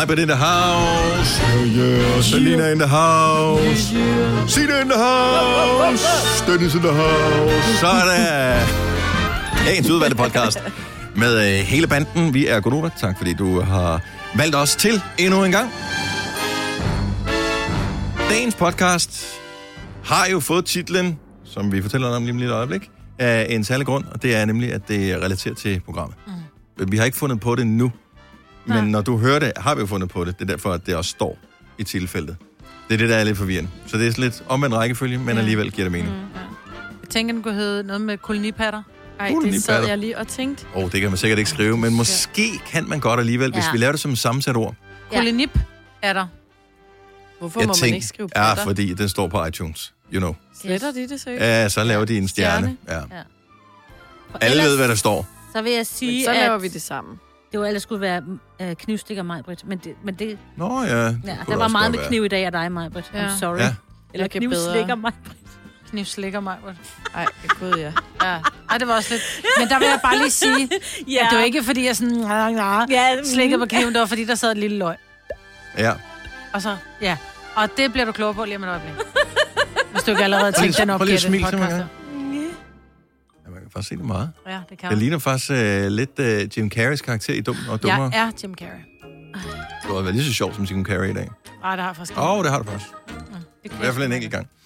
Majbert in the house. Yeah. Selina in the house. Sina in the house. Dennis in the house. Så er det dagens udvalgte podcast med hele banden. Vi er Gonova. Tak fordi du har valgt os til endnu en gang. Dagens podcast har jo fået titlen, som vi fortæller om lige om et øjeblik, af en særlig grund, og det er nemlig, at det er relateret til programmet. Vi har ikke fundet på det nu, men når du hører det, har vi jo fundet på det. Det er derfor, at det også står i titelfeltet. Det er det, der er lidt forvirrende. Så det er lidt omvendt rækkefølge, men alligevel giver det mening. Jeg tænker, den kunne hedde noget med kolonipatter. Ej, det sad jeg lige og tænkte. Det kan man sikkert ikke skrive, men måske kan man godt alligevel, hvis vi laver det som et sammensat ord. Kolonip er der. Hvorfor må man ikke skrive patter? Ja, fordi den står på iTunes. You know. Sletter de det seriøst? Ja, så laver de en stjerne. Ja. Alle ved, hvad der står. Så vil jeg sige, så laver vi det sammen. Det var ellers skulle være knivstikker Majbrit, men det... Nå ja. Der var meget med kniv i dag af dig, Majbrit. Ja. I'm sorry. Ja. Eller knivslikker Majbrit. Knivslikker Majbrit. Ej, gud ja. Ej, det var også lidt... Men der vil jeg bare lige sige, at det var ikke fordi, jeg sådan slikkede på kniven, det var fordi, der sad et lille løg. Ja. Og så, og det bliver du klogere på lige om et øjeblik. Hvis du ikke allerede tænkte den opgave, den podcast. Ja, man kan faktisk se det meget. Ja, det kan Det ligner faktisk lidt Jim Carreys karakter i Dum og Dummere. Jeg er Jim Carrey. Det har været lige så sjovt som Jim Carrey i dag. Nej, det har jeg faktisk ikke. Det har du faktisk. I hvert fald en enkelt gang.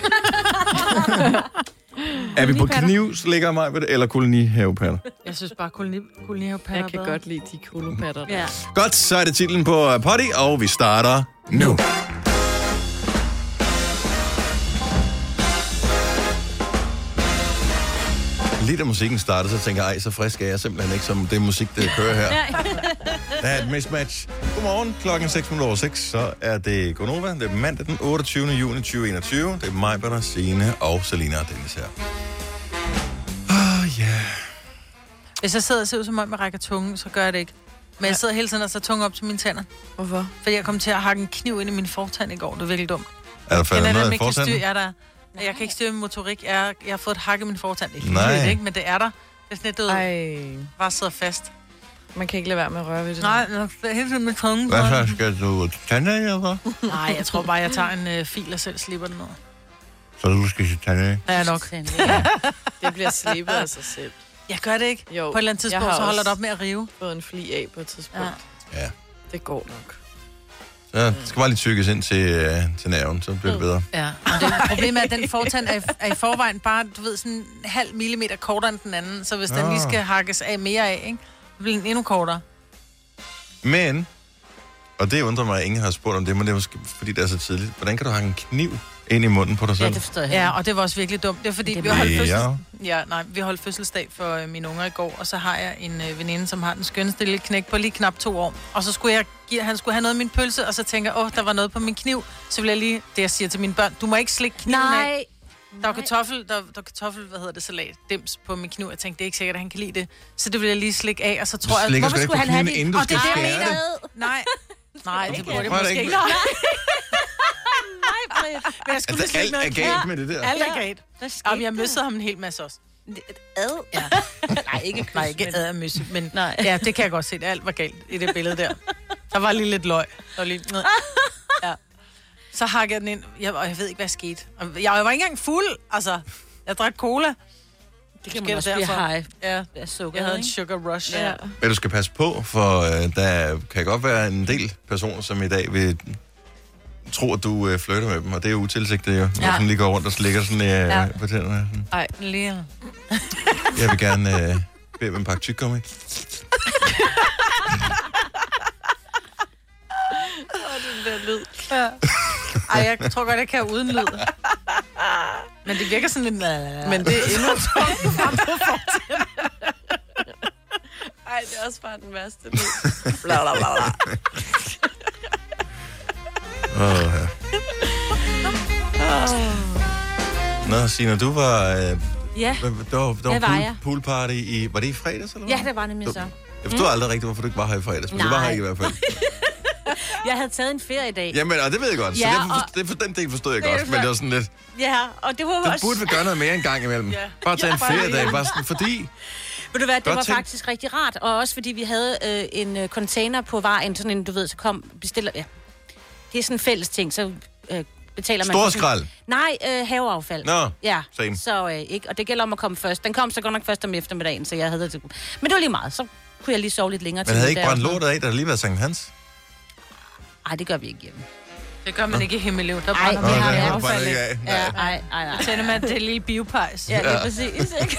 Er vi på knivslikker Majbert eller kolonihavepatter? Jeg synes bare, kolonihavepatter jeg kan godt lide de kolopatter. Ja. Godt, så er det titlen på Potty, og vi starter nu. Lige da musikken startede, så tænker jeg, så frisk er jeg simpelthen ikke, som det musik, der kører her. Der er et mismatch. Godmorgen, 6:06, så er det Gonova. Det er mandag den 28. juni 2021. Det er mig, Peter, Signe og Selina og Dennis her. Hvis jeg sidder og ser ud som om, jeg rækker tungen, så gør jeg det ikke. Men jeg sidder hele tiden og så tunge op til mine tænder. Hvorfor? Fordi jeg kom til at hakke en kniv ind i min fortand i går. Det er virkelig dumt. Er der faldet noget i fortanden? Jeg kan ikke styre min motorik. Jeg har fået et hak i min fortand. Ikke, men det er der. Det er sådan lidt bare sidder fast. Man kan ikke lade være med at røre ved det. Nej, det er helt med tungen. Hvad så? Skal du tandlæge eller hvad? Nej, jeg tror bare, jeg tager en fil og selv slipper den ud. Så du skal sige tandlæge? Ja, nok. Det bliver slebet af sig selv. Jeg gør det ikke. Jo, på et eller andet tidspunkt, så holder det op med at rive. Fået en fli af på et tidspunkt. Ja. Det går nok. Så det skal bare lige tykkes ind til nerven, så bliver det bedre. Ja, men problemet er, at den fortand er i forvejen bare, du ved, sådan en halv millimeter kortere end den anden. Så hvis den lige skal hakkes af mere af, ikke, så bliver den endnu kortere. Men, og det undrer mig, at ingen har spurgt om det, men det er måske, fordi det er så tidligt. Hvordan kan du have en kniv ind i munden på dig selv? Ja, det forstår jeg. Ja, og det var også virkelig dumt. Det er fordi, vi holdt fødselsdag for mine unger i går, og så har jeg en veninde, som har den skønneste lille knæk på lige knap 2 år. Og så skulle han skulle have noget af min pølse, og så tænker jeg, der var noget på min kniv. Så vil jeg lige, det jeg siger til mine børn, du må ikke slikke kniven af. Der var kartoffel, salat, dims på min kniv. Jeg tænkte, det er ikke sikkert, at han kan lide det. Så det vil jeg lige slikke af, og så tror jeg... Hvorfor skulle han have det? Inden du skal skære det? Nej, det burde jeg Prøv måske ikke. ikke. Men jeg skulle Altså, alt er galt med det der. Alt er galt. Og jeg møssede ham en hel masse også. Ad? Ja. Nej, ikke ad og møsse, men ja, det kan jeg godt se. Alt var galt i det billede der. Der var lige lidt løg. Ja. Så hakkede jeg den ind, og jeg ved ikke, hvad skete. Jeg var ikke engang fuld, altså. Jeg drak cola. Det kan man også blive high. Ja, sukker, jeg havde en sugar rush. Ja. Men du skal passe på, for der kan godt være en del personer, som i dag vil tro, at du flytter med dem, og det er jo utilsigtet jo. Når sådan lige går rundt og slikker sådan på tænderne. Nej, lige. Jeg vil gerne bede med en pakke tyggegummi. Den der lyd. Ja. Ej, jeg tror godt, jeg kan uden lyd. Men det virker sådan lidt... Men det er endnu Ej, det er også bare den værste lyd. Bla, bla, bla, bla. Nå, Signe, du var... Ja, der var poolparty i... Var det i fredags, eller hvad? Ja, det var nemlig så. Jeg forstod aldrig rigtigt, hvorfor du ikke var her i fredags, men du var her ikke i hvert fald. Jeg havde taget en ferie i dag. Jamen, og det ved jeg godt, så den del forstod jeg godt, men det var sådan lidt... Ja, og det var også... Du burde vel gøre noget mere en gang imellem. Bare tage en feriedag, bare sådan, fordi... Ved du hvad, det Godt var tænkt. faktisk rigtig rart. Og også fordi vi havde en container på vejen, sådan en, du ved, så bestiller... Ja. Det er sådan en fælles ting, så betaler man... Storskrald? Nej, haveaffald. Nå, ja. same. Så ikke. Og det gælder om at komme først. Den kom så godt nok først om eftermiddagen, så jeg havde det. Men det var lige meget. Så kunne jeg lige sove lidt længere. Men havde ikke brændt lortet af, der havde lige været Sankt Hans? Nej, det gør vi ikke hjemme. Det gør man ikke i Himmeløv. Der Ej, brænder vi har man det affald ikke af. af. Ja, nej. Så tænder man det lille biopejs. Ja, det er præcis, ikke?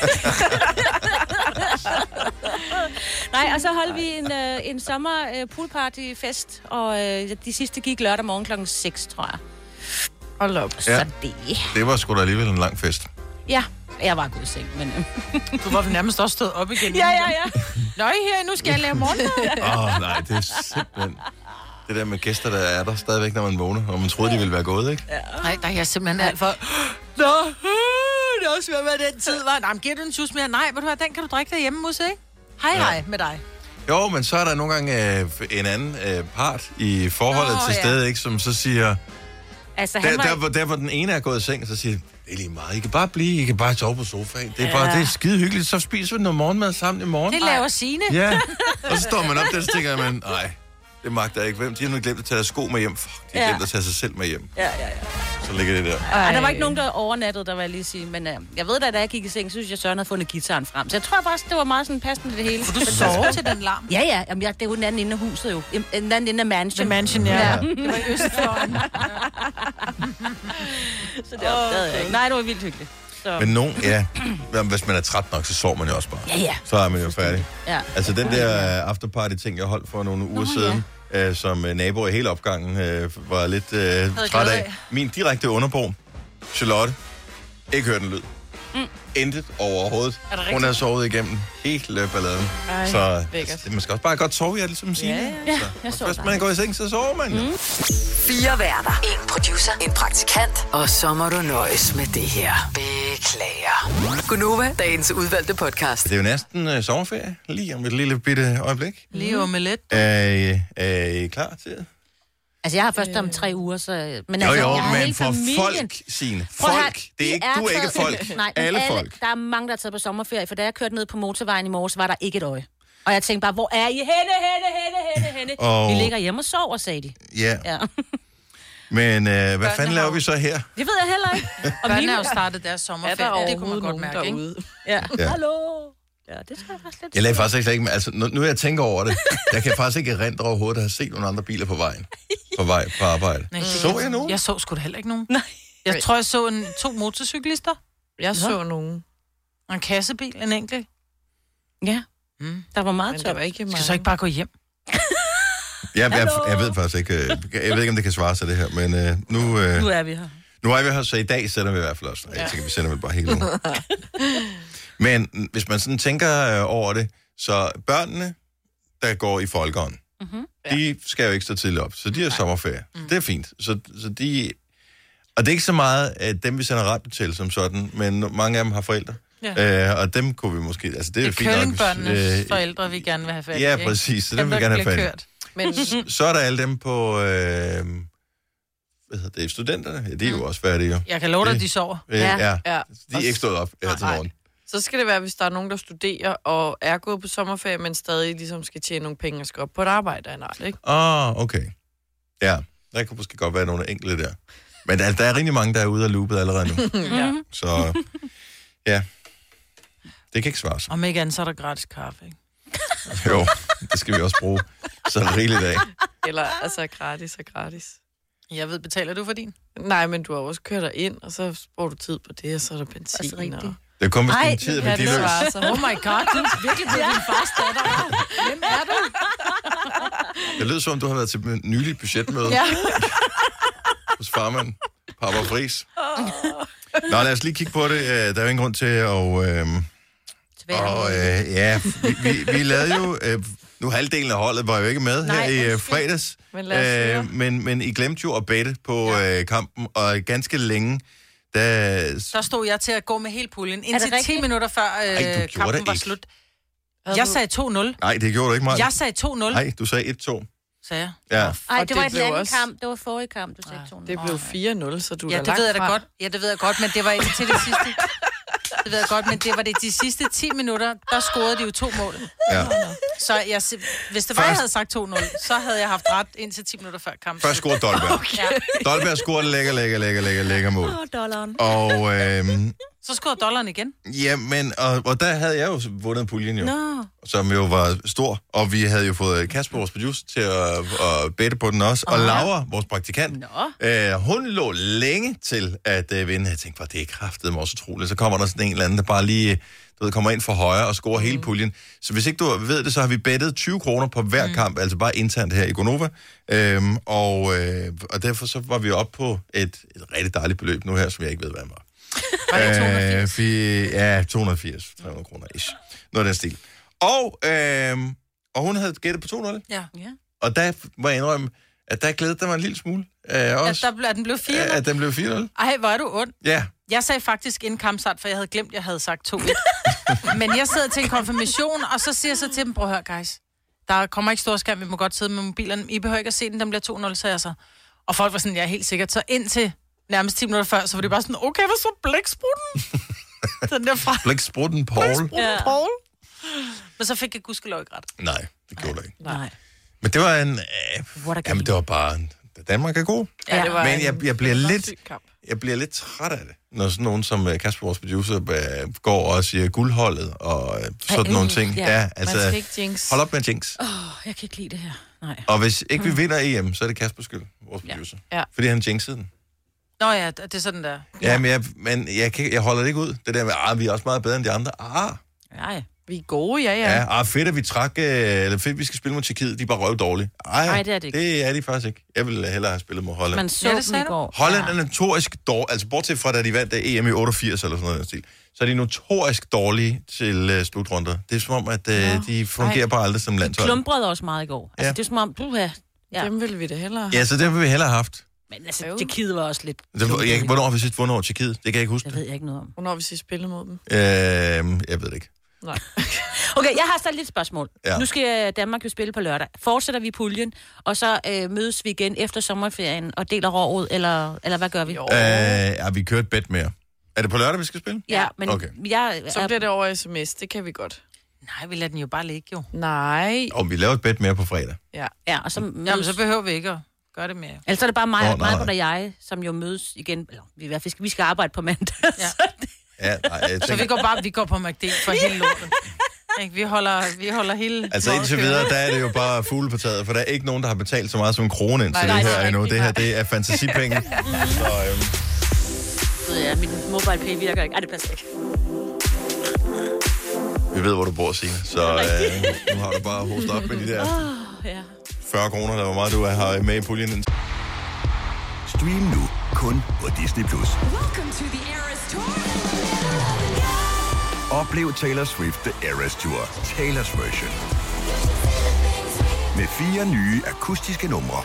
Nej, og så holdt vi en sommer poolpartyfest, og de sidste gik lørdag morgen klokken 6, tror jeg. Hold op. Så det... Det var sgu da alligevel en lang fest. Ja, jeg var gået i seng, men... Du var nærmest også stået op igen. Ja. Nøj, her, nu skal jeg lave morgenmad. Nej, det er simpelthen... Det der med gæster, der er der stadigvæk, når man vågner, og man troede, de ville være gået, ikke? Nej, der er jeg simpelthen alt for... Nå, det er også ved at være den tid, var. Nej, men giver du en tus mere? Nej, ved du hvad, den kan du drikke derhjemme, Musse, ikke? Hej med dig. Jo, men så er der nogle gange en anden part i forholdet til stede, ikke, som så siger... Altså, Der hvor den ene er gået i seng, så siger det er lige meget. I kan bare blive, I kan bare sove på sofaen. Det er bare, det er skide hyggeligt. Så spiser vi noget morgenmad sammen i morgen. Det laver Signe. Ja, og så står man op der, så tænker man, nej, det magter jeg ikke. Hvem? De har nu glemt at tage deres sko med hjem. Fuck, de har glemt at tage sig selv med hjem. Ja. Så ligger det der. Ej, der var ikke nogen, der overnattede, der vil jeg lige sige. Men jeg ved da jeg gik i seng, synes jeg, Søren havde fundet gitaren frem. Så jeg tror faktisk, det var meget sådan passende det hele. Du sover til den larm? Ja. Jamen, det er jo den anden ende af huset jo. Den anden ende af mansion. The mansion, ja. Det var i Østfløjen. Så det opdagede jeg ikke. Nej, det var vildt hyggeligt. Så. Men hvis man er træt nok, så sover man jo også bare. Ja. Så er man jo færdig. Ja. Altså den der afterparty-ting, jeg holdt for nogle uger siden, som naboer i hele opgangen var lidt træt af. Min direkte underbo, Charlotte, ikke hørt en lyd. Intet overhovedet. Hun har sovet igennem hele balladen. Så man skal også bare godt sove, jeg ligesom siger. Ja, jeg sover. Først man går i seng, så sover man. 4 værter, 1 producer, en praktikant, og så må du nøjes med det her. Beklager. Gunova, dagens udvalgte podcast. Det er jo næsten sommerferie, lige om et lille bitte øjeblik. Lige om lidt. Er I klar til det? Altså, jeg har først om 3 uger, så... Men Jo, altså, jeg har men hele for familien. folk, Signe. Folk. Det er ikke, du er ikke folk. Nej, alle folk. Der er mange, der er taget på sommerferie, for da jeg kørte ned på motorvejen i morges, var der ikke et øje. Og jeg tænkte bare, hvor er I henne? Og... Vi ligger hjemme og sover, sagde de. Ja. Ja. Men hvad fanden laver vi så her? Det ved jeg heller ikke. Og Børnene har jo startet deres sommerferie. Det kunne man godt mærke, ikke? Ja. Hallo? Ja, det tror jeg faktisk lidt. Jeg lagde faktisk ikke mærke, altså nu jeg tænker over det, jeg kan faktisk ikke erindre overhovedet at have set nogle andre biler på vejen. På vej på arbejde. Nej, så jeg nogen? Jeg så sgu da heller ikke nogen. Nej. Jeg tror, jeg så 2 motorcyklister. Jeg så nogen. Og en kassebil, en enkelt. Ja. Der var meget tørt. Skal så ikke bare gå hjem? Jeg ved faktisk ikke, jeg ved ikke, om det kan svare sig det her, men nu er vi her. Nu er vi her, så i dag sender vi i hvert fald også. Jeg tænker, vi sender vel bare hele nu. Men hvis man sådan tænker over det, så børnene, der går i folkeånd, de skal jo ikke stå tidligt op, så de har sommerferie. Det er fint. Så de... Og det er ikke så meget, at dem vi sender radio til som sådan, men mange af dem har forældre. Ja. Og dem kunne vi måske... Altså, det er fint nok. Curlingbørnenes forældre, vi gerne vil have fat i. Ja, præcis. Så dem vil vi gerne have fat i. Men så er der alle dem på... hvad hedder det? Studenterne? Ja, de er jo også færdige, jo. Jeg kan love dig, de sover. Ja. De er ikke stået op her til morgen. Så skal det være, hvis der er nogen, der studerer og er gået på sommerferie, men stadig ligesom skal tjene nogle penge og skal op på et arbejde af en art, ikke? Okay. Ja, der kunne måske godt være nogle enkelte der. Men der er rigtig mange, der er ude af loopet allerede nu. Så ja, det kan ikke svare sig. Om ikke andet, så er der gratis kaffe, ikke? Jo, det skal vi også bruge så rigeligt af. Eller altså gratis. Jeg ved, betaler du for din? Nej, men du har også kørt dig ind, og så bruger du tid på det, og så er der benzin. Altså, det kommer vist en tid, men de løs. Oh my god, du er virkelig blevet din fars datter. Hvem er du? Det lyder som, du har været til et nyligt budgetmøde. Ja. Hos farmand, Papa Friis. Nå, lad os lige kigge på det. Der er jo ingen grund til at... vi lavede jo... Nu halvdelen af holdet var jo ikke med her i fredags. Men I glemte jo at bette på kampen, og ganske længe... Der stod jeg til at gå med hele puljen, indtil 10 minutter før kampen var slut. Jeg sagde 2-0. Nej, det gjorde du ikke, Maja. Jeg sagde 2-0. Nej, du sagde 1-2. Sagde jeg? Ja. Ej, det var et andet kamp. Det var forrige kamp, du sagde 2-0. Det blev 4-0, så du det ved jeg da godt. Ja, det ved jeg godt, men det var indtil det sidste. Det ved jeg godt, men det var det de sidste 10 minutter, der scorede de jo 2 mål. Ja. Så hvis det var, jeg havde sagt 2-0, så havde jeg haft ret indtil 10 minutter før kampen. Først scorede Dolberg. Okay. Dolberg scorede lækker mål. Dollaren. Og Så scorede dollaren igen. ja, men og der havde jeg jo vundet puljen jo, Nå. som jo var stor, og vi havde jo fået Kasper, vores producer, til at bette på den også, og Laura, vores praktikant, hun lå længe til at vinde. Jeg tænkte bare, det er kraftedeme også utroligt. Så kommer der sådan en eller anden, der bare lige kommer ind for højre og scorer hele puljen. Så hvis ikke du ved det, så har vi bettet 20 kroner på hver kamp, altså bare internt her i Gonova. Og derfor så var vi oppe på et rigtig dejligt beløb nu her, som jeg ikke ved, hvad var. Var det 280? Ja, 280-300 kroner ish. Noget af den stil. Og hun havde gættet på 2-0. Ja. Og der var jeg indrømme, at der glædede der mig en lille smule. Også, at den blev 4-0? At den blev 4-0. Ej, hvor er du ond. Ja. Jeg sagde faktisk inden kampstart, for jeg havde glemt, at jeg havde sagt 2-1. Men jeg sidder til en konfirmation, og så siger jeg så til dem, prøv at høre, guys. Der kommer ikke stor skærm, vi må godt sidde med mobilerne. I behøver ikke at se den bliver 2-0, sagde jeg så. Og folk var sådan, jeg er helt sikkert. Så indtil nærmest 10 minutter før, så var det bare sådan, okay, hvad så blæksprutten? Den der fra... Blæksprutten Paul. Paul. Men så fik jeg gudskelov ikke ret. Nej, det gjorde det ikke. Nej. Men det var en... jamen, det var bare... Danmark er god. Ja, det var men jeg bliver lidt træt af det, når sådan nogen som Kasper, vores producer, går og siger guldholdet og sådan nogle ting. Ja, altså, man skal ikke jinx. Hold op med jinx. Jeg kan ikke lide det her. Nej. Og hvis ikke vi vinder EM, så er det Kaspers skyld, vores producer. Ja. Fordi han jinxede den. Nå ja, det er sådan der. Ja, men jeg holder det ikke ud. Det der med, vi er også meget bedre end de andre. Nej. Vi er gode, ja. Fedt, at vi eller fedt, vi skal spille mod Tjekkiet. De er bare røv dårlige. Nej, det er det ikke. Det er de faktisk ikke. Jeg ville hellere have spillet mod Holland. Man så dem i går. Holland er notorisk dårlig, altså bortset fra, da de vandt EM i 88 eller sådan noget stil, så er de notorisk dårlige til slutrunder. Det er som om, at de fungerer bare aldrig som landshold. De klumprede også meget i går. Altså, det er som om, Dem ville vi det hellere have. Ja, så det ville vi hellere have haft. Men altså, Tjekkiet var også lidt... Hvornår har vi sidst vundet over Tjekkiet? Det kan jeg ikke huske. Det ved jeg ikke noget om. Hvornår har vi sidst spillet mod dem? Jeg ved det ikke. Nej. Okay, jeg har stadig lidt spørgsmål. Ja. Nu skal Danmark jo spille på lørdag. Fortsætter vi puljen, og så mødes vi igen efter sommerferien og deler rådet, eller hvad gør vi? Vi kører et bet mere. Er det på lørdag, vi skal spille? Ja, men okay. Så bliver det over sms, det kan vi godt. Nej, vi lader den jo bare ligge, jo. Nej. Og vi laver et bet mere på fredag. Ja, og så jamen, så behøver vi ikke at gøre det mere. Altså er det bare mig og jeg, som jo mødes igen. Eller, vi skal arbejde på mandag. Ja. Så vi går på McD for hele lorten. Vi holder hele... Altså indtil videre, der er det jo bare fugle på taget, for der er ikke nogen, der har betalt så meget som en krone ind til det her endnu. Det her, det er fantasipenge. Ja, min mobile pay virker ikke. Ej, det passer ikke. Vi ved, hvor du bor, Signe, så nu har du bare hostet op med de der 40 kroner, der var meget, du har med i puljen. Stream nu kun på Disney+. Oplev Taylor Swift The Eras Tour, Taylor's version. Med 4 nye akustiske numre.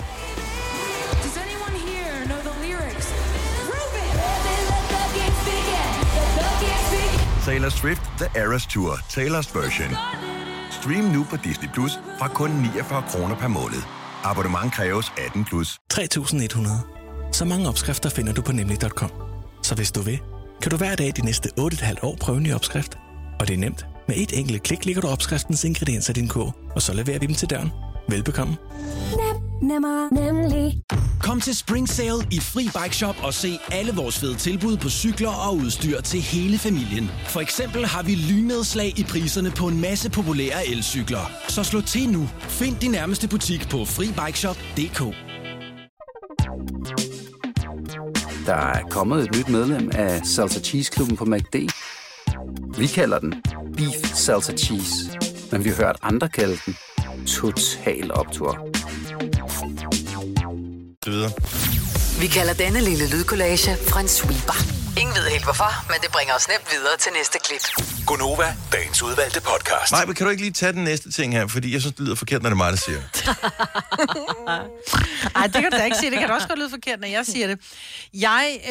Taylor Swift The Eras Tour, Taylor's version. Stream nu på Disney Plus fra kun 49 kroner per måned. Abonnement kræves 18 plus. 3.100. Så mange opskrifter finder du på nemlig.com. Så hvis du vil, kan du hver dag de næste 8,5 år prøve en ny opskrift. Og det er nemt. Med et enkelt klik ligger du opskriftens ingredienser i din kog, og så leverer vi dem til døren. Velbekomme. Nemlig. Kom til Spring Sale i Fri Bike Shop og se alle vores fede tilbud på cykler og udstyr til hele familien. For eksempel har vi lynedslag i priserne på en masse populære elcykler. Så slå til nu. Find din nærmeste butik på FriBikeShop.dk. Der er kommet et nyt medlem af Salsa Cheese Klubben på McD. Vi kalder den Beef Salsa Cheese, men vi har hørt andre kalde den Total Optur. Vi kalder denne lille lydkollage en sweeper. Ingen ved helt hvorfor, men det bringer os nemt videre til næste klip. Gonova, dagens udvalgte podcast. Nej, men kan du ikke lige tage den næste ting her? Fordi jeg synes, det lyder forkert, når det er mig, der siger. Nej, det kan du da ikke sige. Det kan da også godt lyde forkert, når jeg siger det. Jeg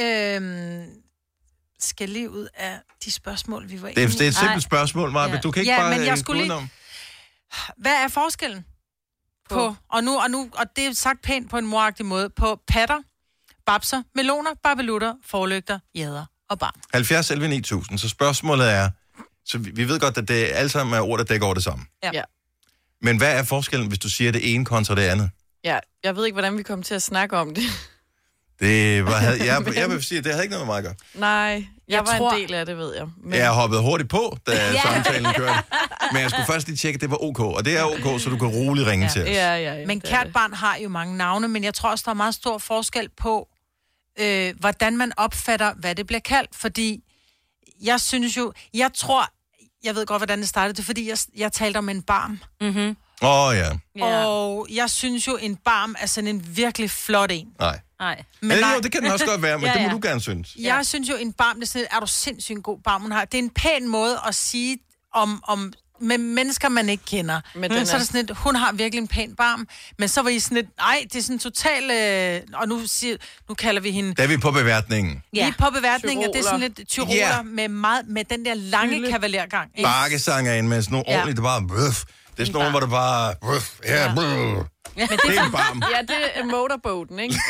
skal lige ud af de spørgsmål, vi var inde i. Det er et simpelt spørgsmål, Maja, men du kan ikke bare men jeg skulle lige... Hvad er forskellen på og det er sagt pænt på en moragtig måde, på patter, babser, meloner, babelutter, forlygter, jæder og barm. 70 11 9000. Så spørgsmålet er, så vi ved godt, at det alle sammen er ord, der dækker over det samme. Ja. Men hvad er forskellen, hvis du siger det ene kontra det andet? Ja, jeg ved ikke, hvordan vi kommer til at snakke om det. Det var, jeg vil sige, at det havde ikke noget med mig at gøre. Nej, jeg var en del af det, ved jeg. Men... Jeg hoppede hurtigt på, da samtalen kørte. Men jeg skulle først lige tjekke, at det var OK. Og det er OK, så du kan roligt ringe til os. Ja, men kært barn har jo mange navne, men jeg tror også, der er meget stor forskel på, hvordan man opfatter, hvad det bliver kaldt. Fordi jeg synes jo, jeg ved godt, hvordan det startede. Det er, fordi jeg talte om en barm. Mhm. Ja. Og jeg synes jo, en barm er sådan en virkelig flot en. Nej. Men jo, det kan den også godt være, men det må du gerne synes. Jeg synes jo, en barm, det er sådan, er du sindssygt en god barm, hun har. Det er en pæn måde at sige om med mennesker, man ikke kender. Men så er det sådan et, hun har virkelig en pæn barm. Men så var I sådan et, det er sådan total... og nu kalder vi hende... Da er vi på beværtningen. Ja. Vi er på beværtningen, og det er sådan lidt tyroler med den der lange kavalergang. Bakkesangerinde med sådan nogle ordentligt, det bare... Det er sådan nogle, hvor det bare... Men det er en barm. Ja, det er motorboaten, ikke?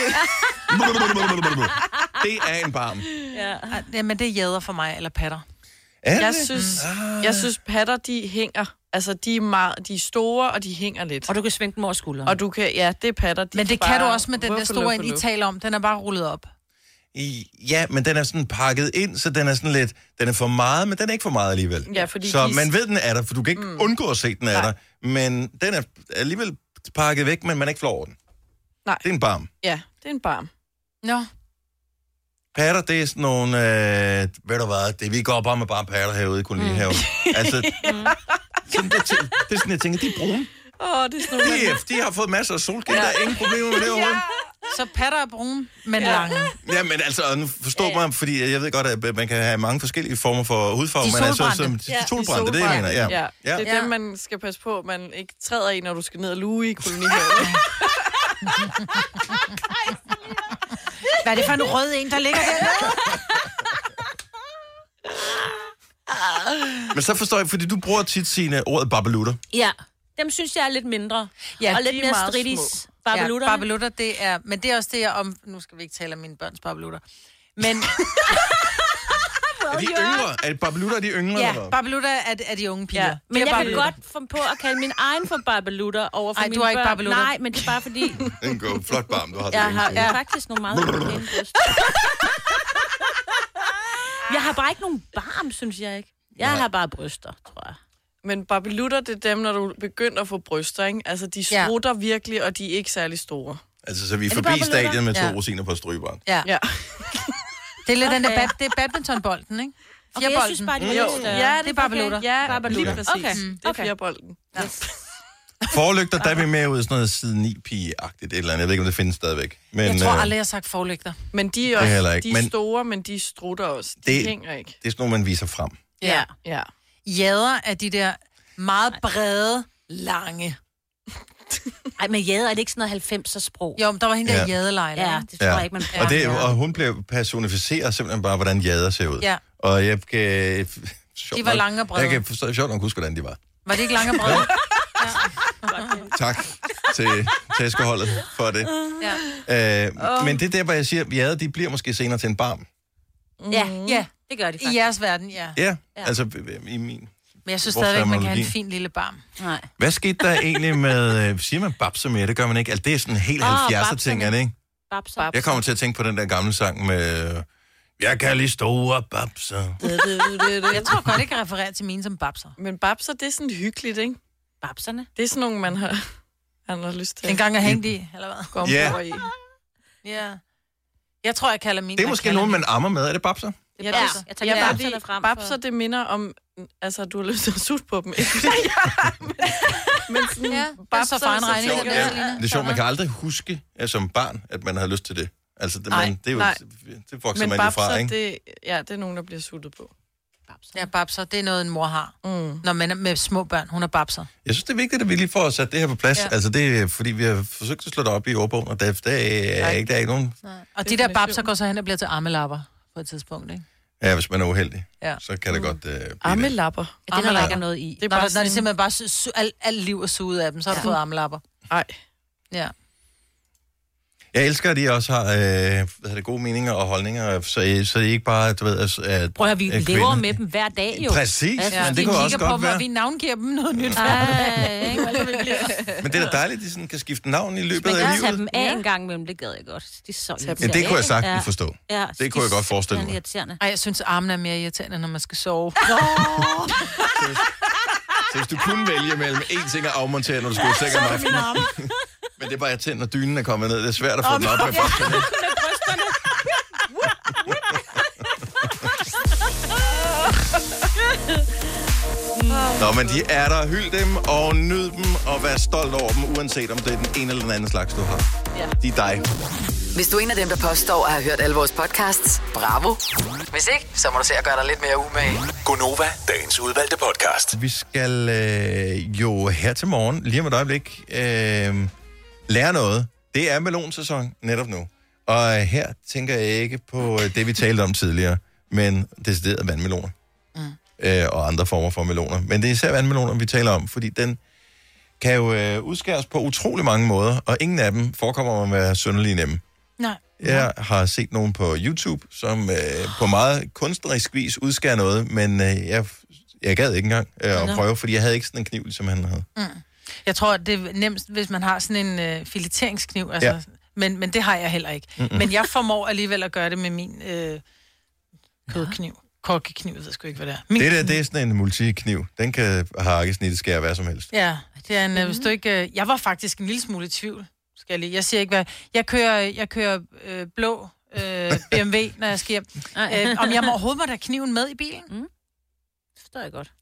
Det er en barm. Ja, men det er jæder for mig, eller patter. Jeg synes patter, de hænger. Altså, de er store, og de hænger lidt. Og du kan svinge dem over skulderen. Og du kan, det er patter. Men det kan du også med den der store, I taler om. Den er bare rullet op. Ja, men den er sådan pakket ind, så den er sådan lidt... Den er for meget, men den er ikke for meget alligevel. Ja, fordi så man ved, den er der, for du kan ikke undgå at se, den er der. Men den er alligevel pakket væk, men man er ikke flår over den. Nej. Det er en barm. Ja, det er en barm. Nå. Patter, det er sådan nogle... ved du hvad, det vi går op om med bare patter herude i kolonihaven. Altså, sådan, det er sådan, jeg tænker, de er brune. Det er sådan de har fået masser af solskin, der er ingen problemer med det overhovedet. Så patter er brune, men lange. Ja, men altså, nu forstår mig, fordi jeg ved godt, at man kan have mange forskellige former for hudfarve. De solbrændte. De solbrændte, det er jeg mener. Ja. Det er dem, man skal passe på, at man ikke træder i, når du skal ned og luge i kolonihaven. Hvad er det for en rød en, der ligger dernede? Men så forstår jeg, fordi du bruger tit sine ordet babelutter. Ja, dem synes jeg er lidt mindre. Ja, og lidt mere stridis. Babelutter. Ja, babelutter, det er... Men det er også det, jeg om... Nu skal vi ikke tale om mine børns babelutter. Men... Er de yngre? Er babelutter de yngre? Ja, babelutter er de unge piger. Ja. Men jeg kan godt finde på at kalde min egen for babelutter over for mine børn. Nej, du har ikke babelutter. Nej, men det er bare fordi... En god, flot barm, du har. Jeg har faktisk nogle meget pæne bryst. Jeg har bare ikke nogen barm, synes jeg ikke. Jeg har bare bryster, tror jeg. Men babelutter, det er dem, når du begynder at få bryster, ikke? Altså, de sprutter virkelig, og de er ikke særlig store. Altså, så vi er forbi stadiet med 2 rosiner på strygbarn. Ja. Det er lidt den der det er badmintonbolden, ikke? Okay, jeg synes bare, det er lidt større. Ja, det er babelutter. Ja, lige præcis. Okay. Det er fjerbolden. Ja. Forlygter, der er vi med ud i sådan noget side 9-pige-agtigt et eller andet. Jeg ved ikke, om det findes stadigvæk. Men, jeg tror aldrig, jeg har sagt forlygter. Men de er også de er store, men de strutter også. De hænger ikke. Det er sådan noget, man viser frem. Ja. Jæder er de der meget brede, lange. Ej, men jæder er det ikke sådan noget 90'er sprog? Jo, men der var hende der jædelejle. Ja, det tror jeg ikke, man bruger. Og hun blev personificeret simpelthen bare, hvordan jæder ser ud. Ja. Og jeg kan... De var lange og brede. Jeg kan forstå, sjovt nok huske, hvordan de var. Var de ikke lange og brede? Tak til tæskeholdet for det. Men det er der, hvor jeg siger, at jæder, de bliver måske senere til en barm. Ja, det gør de faktisk. I jeres verden, Ja, altså i min... Men jeg synes stadigvæk, man kan have en fin lille barm. Nej. Hvad skete der egentlig med... siger man babser mere? Det gør man ikke. Altså, det er sådan en helt 70'er-ting, er det ikke? Babser. Jeg kommer til at tænke på den der gamle sang med... Jeg kan lige store babser. Jeg tror godt, jeg kan referere til mine som babser. Men babser, det er sådan hyggeligt, ikke? Babserne? Det er sådan nogle, man har lyst til. En gang er hængt i, eller hvad? Kom over i. Ja. Jeg tror, jeg kalder mine... Det er måske nogen, man ammer med. Er det babser? Ja, jeg tager babserne frem. Babser, det minder om... Altså, du har lyst til at sutte på dem, ikke? Men sådan, babser, så faren regning. Det er sjovt, man kan aldrig huske som barn, at man har lyst til det. Altså, det er jo... Det vokser man jo fra, ikke? Det er nogen, der bliver suttet på. Babser. Ja, babser, det er noget, en mor har. Når man er med små børn, hun er babser. Jeg synes, det er vigtigt, at vi lige får sat det her på plads. Ja. Altså, det er, fordi vi har forsøgt at slå det op i ordbogen, og der er ikke nogen... Nej. Og de der babser går så hen og bliver til armelapper på et tidspunkt, ikke? Ja, hvis man er uheldig, så kan det godt armelapper. Ja, det er der ikke noget i. Det er bare når det simpelthen bare alt liv er suget af dem, så har du fået armelapper. Nej. Ja. Jeg elsker, at de også har gode meninger og holdninger, så det ikke bare, du ved, at prøv at vi lever med dem hver dag, jo. Præcis, men det kunne også godt være. Vi navngiver dem noget nyt. Men det er da dejligt, at de sådan kan skifte navn i løbet af livet. Man kan tage dem af en gang imellem, det gad jeg godt. Det er så irriterende. Ja, det kunne jeg sagtens forstå. Ja, det kunne jeg godt forestille mig. Ej, jeg synes, armene er mere irriterende, når man skal sove. Så hvis du kunne vælge mellem én ting at afmontere, når du skulle i seng om aftenen. Men det er bare irriterende, når dynen er kommet ned. Det er svært at få den op med brysterne. Nå, men de er der. Hyld dem og nyd dem og vær stolt over dem, uanset om det er den ene eller den anden slags, du har. Ja. De er dig. Hvis du er en af dem, der påstår at have hørt alle vores podcasts, bravo. Hvis ikke, så må du se at gøre dig lidt mere umage. Gonova, dagens udvalgte podcast. Vi skal jo her til morgen, lige om et øjeblik, lære noget. Det er melonsæson netop nu. Og her tænker jeg ikke på det, vi talte om tidligere, men decideret vandmeloner. Og andre former for meloner. Men det er især vandmeloner, vi taler om, fordi den kan jo udskæres på utrolig mange måder, og ingen af dem forekommer at være synderligt nemme. Nej. Jeg har set nogen på YouTube, som på meget kunstnerisk vis udskærer noget, men jeg gad ikke engang at prøve, fordi jeg havde ikke sådan en kniv, som han havde. Jeg tror, det er nemmest, hvis man har sådan en fileteringskniv, altså, ja. men det har jeg heller ikke. Men jeg formår alligevel at gøre det med min kødkniv. Kokkekniv, jeg ved sgu ikke, hvad det er. Det er sådan en multikniv. Den kan hakke snittet skære hvad som helst. Ja, det er en, hvis du ikke... Jeg var faktisk en lille smule i tvivl, skal jeg lige. Jeg siger ikke, hvad... Jeg kører blå BMW, når jeg skal hjem. Om jeg overhovedet må have kniven med i bilen? Det forstår jeg godt.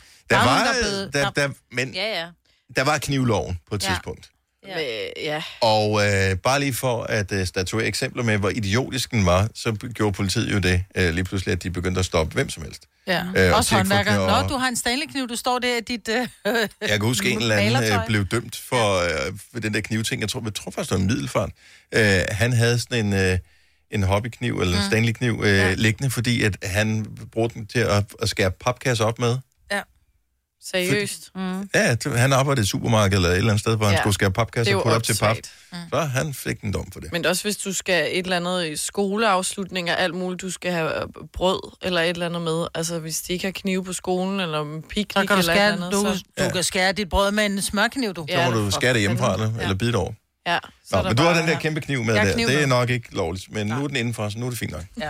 Der var knivloven på et tidspunkt. Ja. Og bare lige for at statuere eksempler med, hvor idiotisk den var, så gjorde politiet jo det lige pludselig, at de begyndte at stoppe hvem som helst. Ja, også håndværker. Nå, du har en Stanley-kniv, du står der i dit... Jeg kan huske, en eller anden blev dømt for den der knivting. Jeg tror faktisk, det var en middelfart. Han havde sådan en hobbykniv, eller en Stanley-kniv liggende, fordi at han brugte den til at skære papkasser op med. Seriøst? Ja, han arbejdede i et supermarked eller et eller andet sted, hvor han skulle skære papkasser og putte op til pap. Så han fik en dom for det. Men også hvis du skal et eller andet i skoleafslutning og alt muligt, du skal have brød eller et eller andet med. Altså hvis de ikke har knive på skolen eller en piknik eller et eller andet. Du kan skære dit brød med en smørkniv, du. Så må du skære det hjemmefra eller bide det over. Ja. Nå, men du har den der kæmpe kniv med der. Det er nok ikke lovligt, men nu er den indenfor, så nu er det fint nok. Ja.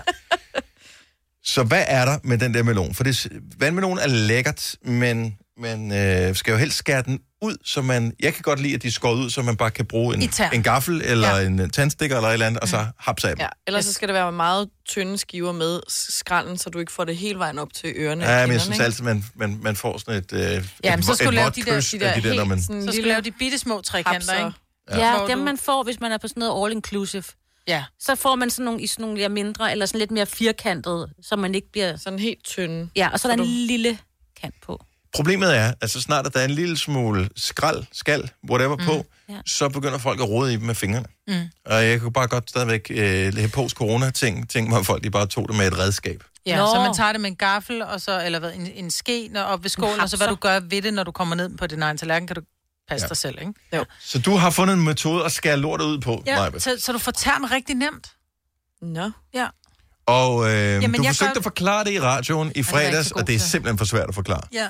Så hvad er der med den der melon? For vandmelon er lækkert, men man skal jo helst skære den ud, så jeg kan godt lide, at de skåret ud, så man bare kan bruge en gaffel eller en tandstikker eller et eller andet, og så hapse af dem. Ja, ellers så skal det være meget tynde skiver med skralden, så du ikke får det hele vejen op til ørerne. Ja, men jeg synes altid, man får sådan et så skulle vådt kys af de der, når man... Så skulle lave de bittesmå trekanter, ikke? Ja, dem man får, hvis man er på sådan noget all-inclusive. Ja. Så får man sådan nogle i sådan nogle mindre, eller sådan lidt mere firkantet, så man ikke bliver... Sådan helt tynde. Ja, og så er der en lille kant på. Problemet er, at så snart der er en lille smule skal, whatever på, så begynder folk at rode i dem med fingrene. Og jeg kunne bare godt stadigvæk post-corona-ting, hvor folk de bare tog det med et redskab. Ja, så man tager det med en gaffel, og så, eller hvad, en ske op ved skålen, og så hvad du gør ved det, når du kommer ned på din egen tallerken, kan du passe dig selv, ikke? Jo. Så du har fundet en metode at skære lortet ud på, Maja. Så du får tern rigtig nemt. Nå. Ja. Og du forsøgte at forklare det i radioen i fredags, og det er simpelthen for svært at forklare. Ja.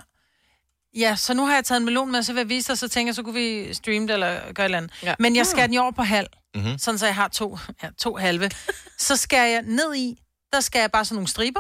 Ja, så nu har jeg taget en melon med, så vil jeg vise dig, så tænker jeg, så kunne vi streame det eller gøre et eller andet. Ja. Men jeg skærer den over på halv, sådan så jeg har to halve. Så skærer jeg ned i, der skærer jeg bare sådan nogle striber,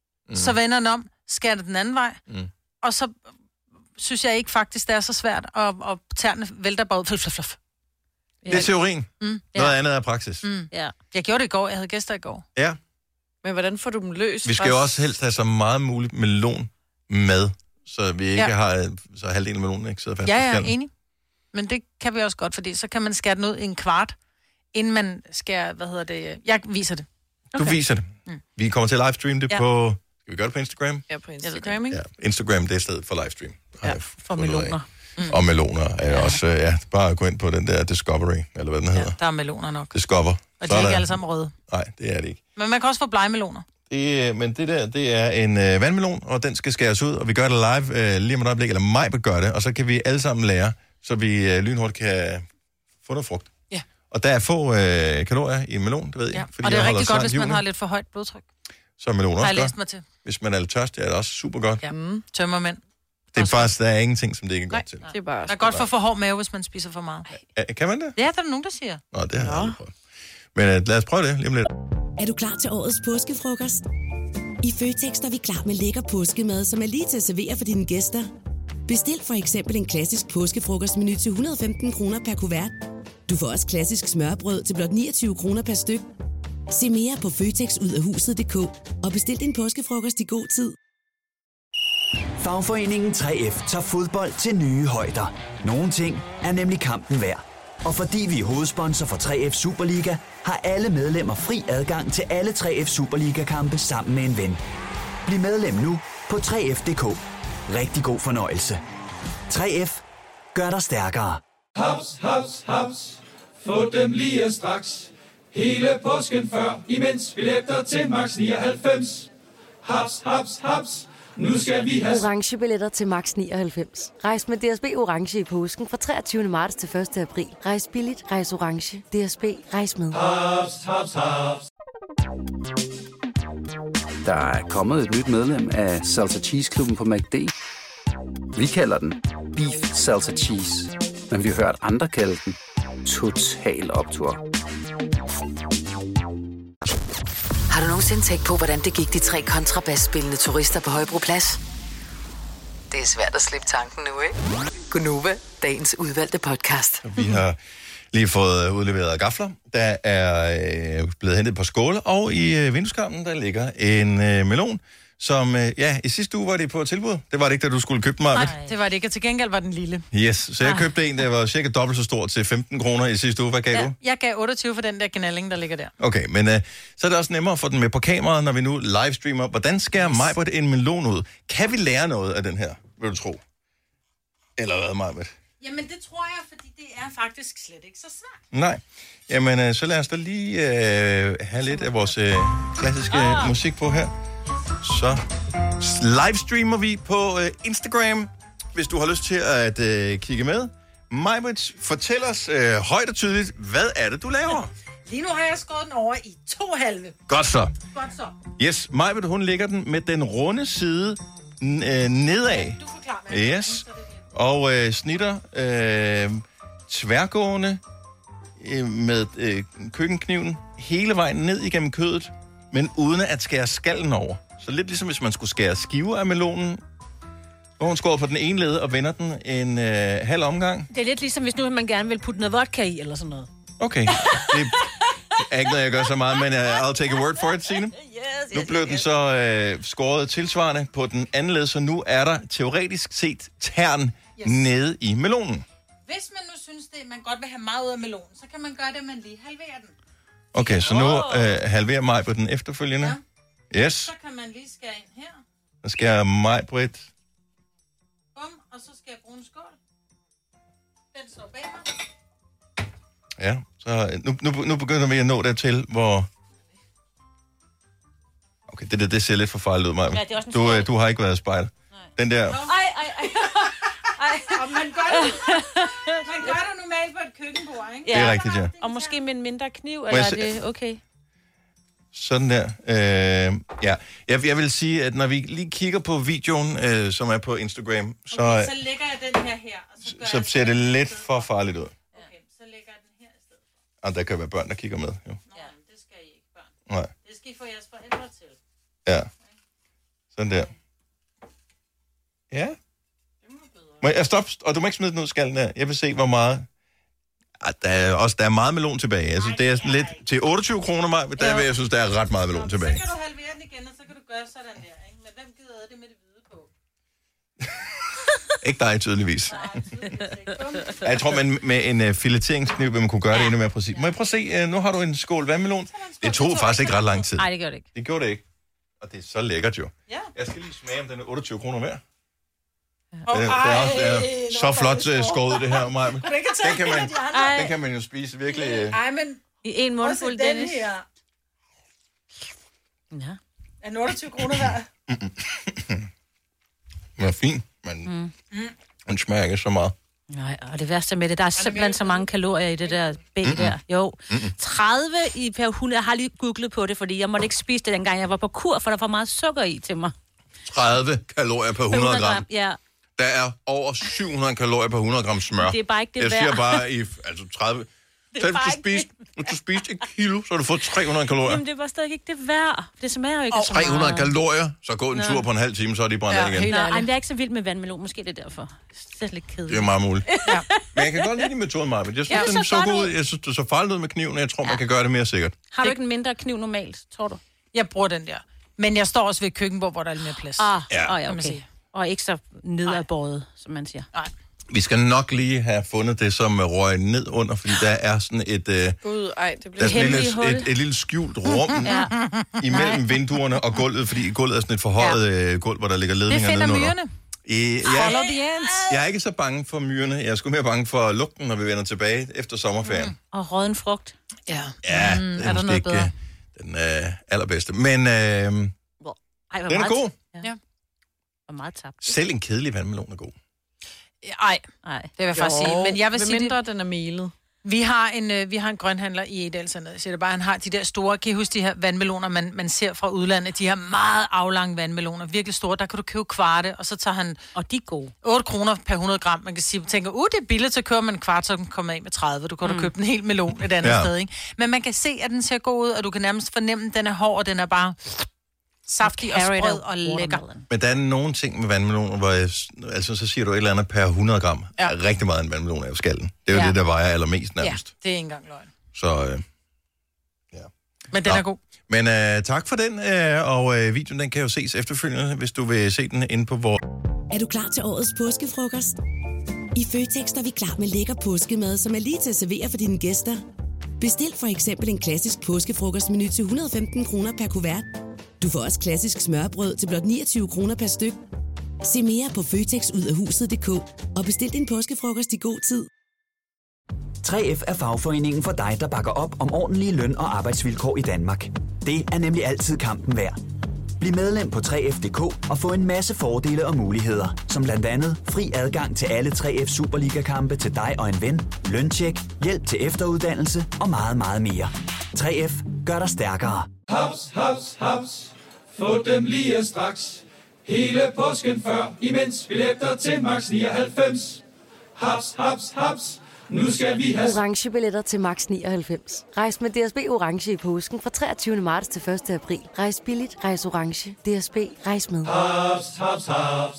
så vender den om, skærer den anden vej, og så synes jeg ikke faktisk, det er så svært, og tærne vælter bare ud. Fluff. Det er teorien. Noget andet er praksis. Ja. Jeg gjorde det i går, jeg havde gæster i går. Ja. Men hvordan får du dem løs? Vi skal jo også helst have så meget muligt melon med, så vi ikke har så halvdelen af melonen ikke sidder fast. Ja, jeg er enig. Men det kan vi også godt, fordi så kan man skære den ud i en kvart, inden man skærer, jeg viser det. Okay. Du viser det. Vi kommer til at livestream det på... Skal vi gøre det på Instagram? Ja, på Instagram, ikke? Ja, Instagram, det er stedet for livestream. Ja, for meloner. Og meloner er også, bare gå ind på den der Discovery, eller hvad den hedder. Der er meloner nok. Discover. Og de er ikke alle sammen røde. Nej, det er det ikke. Men man kan også få blegemeloner. Men det er en vandmelon, og den skal skæres ud, og vi gør det live lige om et øjeblik, eller mig gør det, og så kan vi alle sammen lære, så vi lynhurtigt kan få noget frugt. Ja. Og der er få kalorier i melon, det ved jeg. Ja. Fordi Og det er jeg rigtig godt, hvis man julen. har lidt for højt blodtryk. Så er melon også har jeg godt. læst mig til. Hvis man er lidt tørstig, er det også super godt. Ja. Tømmermænd. Det er faktisk, der er ingenting, som det ikke er godt til. Det er bare... Der er godt for hård mave, hvis man spiser for meget. Kan man det? Ja, der er nogen, der siger. Nå, det har jeg aldrig prøvet. Men lad os prøve det lige om lidt. Er du klar til årets påskefrokost? I Føtex er vi klar med lækker påskemad, som er lige til at servere for dine gæster. Bestil for eksempel en klassisk påskefrokostmenu til 115 kroner per kuvert. Du får også klassisk smørbrød til blot 29 kroner per styk. Se mere på føtexudafhuset.dk og bestil din påskefrokost i god tid. Fagforeningen 3F tager fodbold til nye højder. Nogle ting er nemlig kampen værd. Og fordi vi er hovedsponsor for 3F Superliga, har alle medlemmer fri adgang til alle 3F Superliga-kampe sammen med en ven. Bliv medlem nu på 3F.dk. Rigtig god fornøjelse. 3F gør dig stærkere. Haps, haps, haps. Få dem lige straks. Hele påsken før, imens billetter til max 99. Haps, haps, haps. Nu skal vi have orange billetter til max 99. Rejs med DSB orange i påsken fra 23. marts til 1. april. Rejs billigt, rejs orange. DSB, rejs med. haps, haps, haps. Der er kommet et nyt medlem af Salsa Cheese Klubben på McD. Vi kalder den Beef Salsa Cheese, men vi har hørt andre kalde den Total Optur. Har du nogensinde tænkt på, hvordan det gik de 3 kontrabasspillende turister på Højbroplads? Det er svært at slippe tanken nu, ikke? Gunova, dagens udvalgte podcast. Vi har lige fået udleveret gafler. Der er blevet hentet på skåle, og i vindueskarmen, der ligger en melon, som, i sidste uge var det på tilbud. Det var det ikke, da du skulle købe den, Maja? Nej, det var det ikke, og til gengæld var den lille. Yes, så jeg købte en, der var cirka dobbelt så stor til 15 kroner i sidste uge. Hvad gav du? Jeg gav 28 for den der gnalling, der ligger der. Okay, men så er det også nemmere at få den med på kameraet, når vi nu livestreamer. Hvordan skærer Majbert en melon ud? Kan vi lære noget af den her, vil du tro? Eller hvad, Majbert? Jamen, det tror jeg, fordi det er faktisk slet ikke så svært. Nej. Jamen, så lad os da lige have lidt af vores klassiske musik på her. Så livestreamer vi på Instagram, hvis du har lyst til at kigge med. Majbert, fortæl os højt og tydeligt, hvad er det, du laver? Lige nu har jeg skåret den over i 2 halve. Godt så. Godt så. Yes, Majbert, hun lægger den med den runde side nedad. Du forklarer mig. Yes. Og snitter tværgående med køkkenkniven hele vejen ned igennem kødet, men uden at skære skallen over. Så lidt ligesom hvis man skulle skære skiver af melonen, hvor hun skårer på den ene led og vender den en halv omgang. Det er lidt ligesom, hvis nu man gerne vil putte noget vodka i, eller sådan noget. Okay. Det er ikke noget, jeg gør så meget, men I'll take a word for it, Signe. Nu blev den så skåret tilsvarende på den anden led, så nu er der teoretisk set tern nede i melonen. Hvis man nu synes, det man godt vil have meget ud af melonen, så kan man gøre det, at man lige halverer den. Okay, så nu halverer mig på den efterfølgende. Ja. Yes. Så kan man lige skære ind her. Så skal jeg mig på et. Bum, og så skal jeg bruge en skål. Den står bag mig. Ja, så nu begynder vi at nå dertil, hvor... Okay, det ser lidt for farligt ud, Maja. Ja, du har ikke været spejl. Den der... Ej. Og man gør det normalt på et køkkenbord, ikke? Det er rigtigt, ja. Og måske med en mindre kniv, eller er det okay? Sådan der. Ja. Jeg vil sige, at når vi lige kigger på videoen, som er på Instagram, så lægger jeg den her, og så ser det lidt for farligt ud. Okay, så lægger jeg den her i stedet for. Og der kan være børn, der kigger med. Jo. Ja, det skal I ikke, børn. Nej. Det skal I få jeres forældre til. Ja. Sådan der. Ja. Må jeg stoppe? Og du må ikke smide den ud, skallen der. Jeg vil se, hvor meget... Der er meget melon tilbage. Altså, det er sådan lidt... Til 28 kroner, der vil jeg synes, der er ret meget melon tilbage. Så kan du halvere den igen, og så kan du gøre sådan der, ikke? Men hvem gider det med det hvide på? Ikke dig, tydeligvis. Jeg tror, man med en fileteringskniv vil man kunne gøre det endnu mere præcis. Må jeg prøve at se? Nu har du en skål vandmelon. Det tog faktisk ikke ret lang tid. Nej, det gør det ikke. Det gjorde det ikke. Og det er så lækkert jo. Ja. Jeg skal lige smage, om den er 28 kroner værd. Det er så flot skåret ud, det her, Maja. Den kan man jo spise virkelig... Ej, men... I en mundfuld, Dennis. Her. Ja. Er den 28 kroner værd? Den er fin, men den smager ikke så meget. Nej, og det værste med det, der er simpelthen så mange kalorier i det der bæg der. Jo, 30 per 100. Jeg har lige googlet på det, fordi jeg måtte ikke spise det, dengang jeg var på kur, for der var meget sukker i til mig. 30 kalorier per 100 gram. Ja. Der er over 700 kalorier per 100 gram smør. Det er bare ikke det jeg værd. siger bare, altså 30... Selv hvis du spiste 1 kilo, så har du fået 300 kalorier. Jamen, det var stadig ikke det værd. Det smager jo ikke så 300 kalorier, så gå en tur på en halv time, så er de brændt igen. Nej, det er ikke så vildt med vandmelon. Måske det er derfor. Det er lidt kedeligt. Det er meget muligt. Ja. Men jeg kan godt lide din metode, Marvind. Jeg synes, den så god ud. Jeg synes, det så farligt ud med kniven, og jeg tror, man kan gøre det mere sikkert. Har du ikke en mindre kniv normalt, tror du? Jeg bruger den der. Men jeg står også ved et køkkenbord, hvor der er lidt mere plads. Ja, okay. Og ikke så nedadbøjet, som man siger. Nej. Vi skal nok lige have fundet det, som røg ned under, fordi der er sådan et... det bliver et lille skjult rum imellem vinduerne og gulvet, fordi gulvet er sådan et forhøjet gulv, hvor der ligger ledninger nedenunder. Det finder myrerne. Jeg er ikke så bange for myrerne. Jeg er sgu mere bange for lugten, når vi vender tilbage efter sommerferien. Og rådden frugt. Ja, det er måske ikke den allerbedste. Men den er god. Ja. Og meget tabt. Selv en kedelig vandmelon er god. Nej, det vil jeg faktisk sige. Men jeg vil sige, mindre den er melet. Vi har en grønhandler i Edalsandet. Jeg siger det bare, han har de der store, kan I huske de her vandmeloner, man ser fra udlandet? De her meget aflange vandmeloner, virkelig store. Der kan du købe kvarte, og så tager han... Og de er gode. 8 kroner per 100 gram. Man kan sige, tænker, det er billigt, så køber man en kvart, så den kommer af med 30. Du kan da købe en hel melon et andet sted, ikke? Men man kan se, at den ser god ud, og du kan nærmest fornemme, at den er hård, og den er bare saftig og sprød og lækker. Men der er nogle ting med vandmeloner, hvor så siger du et eller andet per 100 gram. Ja. Rigtig meget en vandmelon er jo skallen. Det er jo det, der vejer allermest nærmest. Ja, det er ikke engang løgn. Så, Men den er god. Men tak for den, og videoen den kan jo ses efterfølgende, hvis du vil se den inde på vores... Er du klar til årets påskefrokost? I Føtex er vi klar med lækker påskemad, som er lige til at servere for dine gæster. Bestil for eksempel en klassisk påskefrokostmenu til 115 kroner per kuvert. Du får også klassisk smørbrød til blot 29 kroner per styk. Se mere på føtexudafhuset.dk og bestil din påskefrokost i god tid. 3F er fagforeningen for dig, der bakker op om ordentlige løn- og arbejdsvilkår i Danmark. Det er nemlig altid kampen værd. Bliv medlem på 3F.dk og få en masse fordele og muligheder, som blandt andet fri adgang til alle 3F Superliga-kampe til dig og en ven, løntjek, hjælp til efteruddannelse og meget, meget mere. 3F gør dig stærkere. Haps, haps, haps. Få dem lige straks. Hele påsken før, imens billetter til max 99. Haps, haps, haps. Nu skal vi have orange billetter til max 99. Rejs med DSB orange i påsken fra 23. marts til 1. april. Rejs billigt, rejs orange. DSB, rejs med. Haps, haps, haps.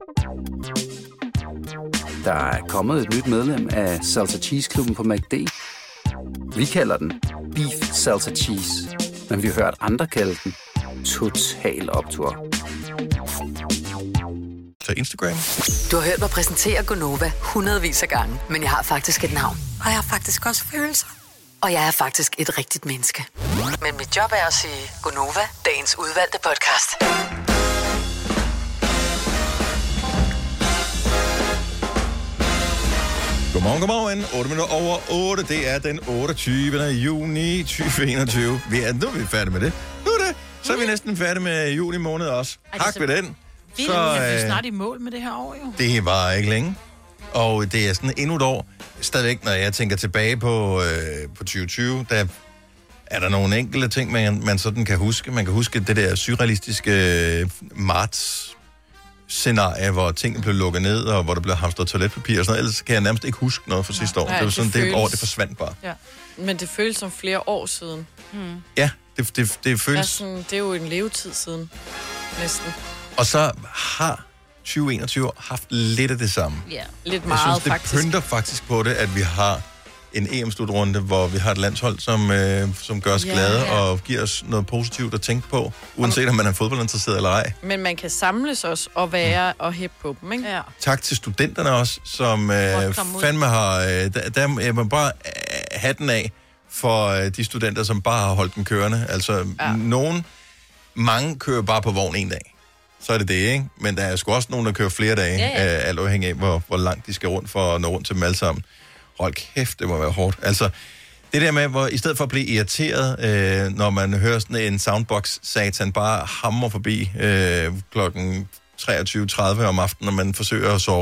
Der er kommet et nyt medlem af Salsa Cheese Klubben på McD. Vi kalder den Beef Salsa Cheese, men vi har hørt andre kalde den Total Optur. Så Instagram. Du har hørt mig præsentere Gonova hundredvis af gange, men jeg har faktisk et navn. Og jeg har faktisk også følelser. Og jeg er faktisk et rigtigt menneske. Men mit job er at sige Gonova, dagens udvalgte podcast. Godmorgen. 8 minutter over 8. Det er den 28. juni 2021. Nu er vi færdige med det. Nu er det. Så er vi næsten færdige med juli måned også. Hak ved den. Vi er snart i mål med det her år, jo. Det var ikke længe. Og det er sådan endnu et år. Stadigvæk, når jeg tænker tilbage på 2020, der er der nogle enkelte ting, man sådan kan huske. Man kan huske det der surrealistiske marts-scenarie, hvor tingene blev lukket ned, og hvor der blev hamstret toiletpapir og sådan noget. Ellers kan jeg nærmest ikke huske noget fra sidste år. Nej, det var sådan, det år, det forsvandt bare. Ja. Men det føles som flere år siden. Ja, det føles... Sådan, det er jo en levetid siden, næsten. Og så har 2021 haft lidt af det samme. Ja, lidt meget faktisk. Jeg synes, det pynter faktisk på det, at vi har en EM-slutrunde, hvor vi har et landshold, som gør os glade og giver os noget positivt at tænke på, uanset om man er fodboldinteresseret eller ej. Men man kan samles også og være og hæppe på dem, ikke? Ja. Tak til studenterne også, som fandme har... Der må bare hatten af for de studenter, som bare har holdt den kørende. Altså, mange kører bare på vogn en dag. Så er det det, ikke? Men der er sgu også nogen, der kører flere dage, alt afhængig af, hvor langt de skal rundt for at nå rundt til dem alle sammen. Hold kæft, det må være hårdt. Altså, det der med, hvor i stedet for at blive irriteret, når man hører sådan en soundbox-satan bare hammer forbi klokken 23.30 om aftenen, når man forsøger at sove,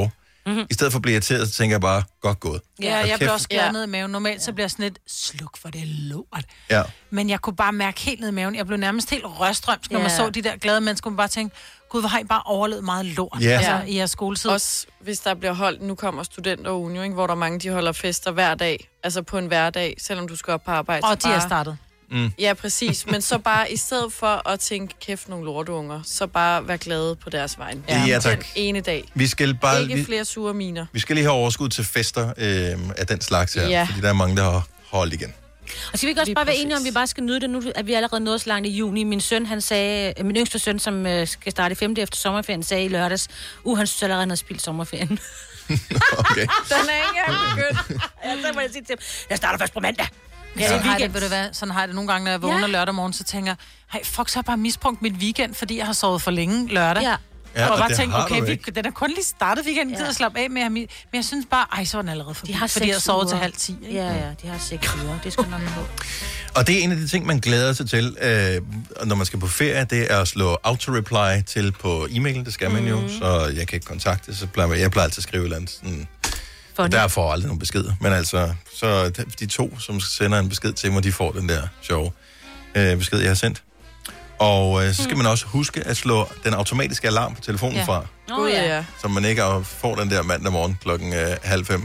Mm-hmm. I stedet for at blive irriteret, så tænker jeg bare, godt gået. Ja, jeg bliver også glad ned i maven. Normalt så bliver jeg sådan lidt, sluk for det lort. Ja. Men jeg kunne bare mærke helt ned i maven. Jeg blev nærmest helt røstrømsk, når man så de der glade mennesker. Man bare tænke, gud, hvor har I bare overlevet meget lort i jeres skoletid. Også hvis der bliver holdt, nu kommer studenterugen jo, ikke, hvor der er mange, de holder fester hver dag. Altså på en hverdag, selvom du skal op på arbejde. Og de er startet. Ja, præcis. Men så bare, i stedet for at tænke, kæft nogle lorteunger, så bare være glade på deres vej. Ja, tak. Den ene dag. Vi skal bare, ikke flere sure miner. Vi skal lige have overskud til fester af den slags her, fordi der er mange, der har holdt igen. Og skal vi ikke også bare være enige om, vi bare skal nyde det nu, at vi allerede nået så langt i juni. Min yngste søn, som skal starte i 5. efter sommerferien, sagde i lørdags, han synes allerede, han havde spildt sommerferien. Okay. Den er ikke engang begyndt. Så må jeg sige til ham, jeg starter først på mandag. Sådan har jeg det nogle gange, når jeg vågner lørdag morgen, så tænker jeg, fuck, så har jeg bare misbrugt mit weekend, fordi jeg har sovet for længe lørdag. Ja, og bare tænkt, okay, den er kun lige startet weekenden, jeg gider at slappe af med ham. Men jeg synes bare, så var den allerede forbi, fordi jeg har sovet til 9:30. Ja, de har 6 uger. Det skal nok på. Og det er en af de ting, man glæder sig til, når man skal på ferie, det er at slå auto-reply til på e-mail. Det skal man jo, så jeg kan ikke kontakte. Jeg plejer altid at skrive et eller andet sådan. Og der får aldrig nogen beskeder. Men altså, så de 2, som sender en besked til mig, de får den der sjove besked, jeg har sendt. Og så skal man også huske at slå den automatiske alarm på telefonen fra. Så man ikke får den der mandag morgen 4:30.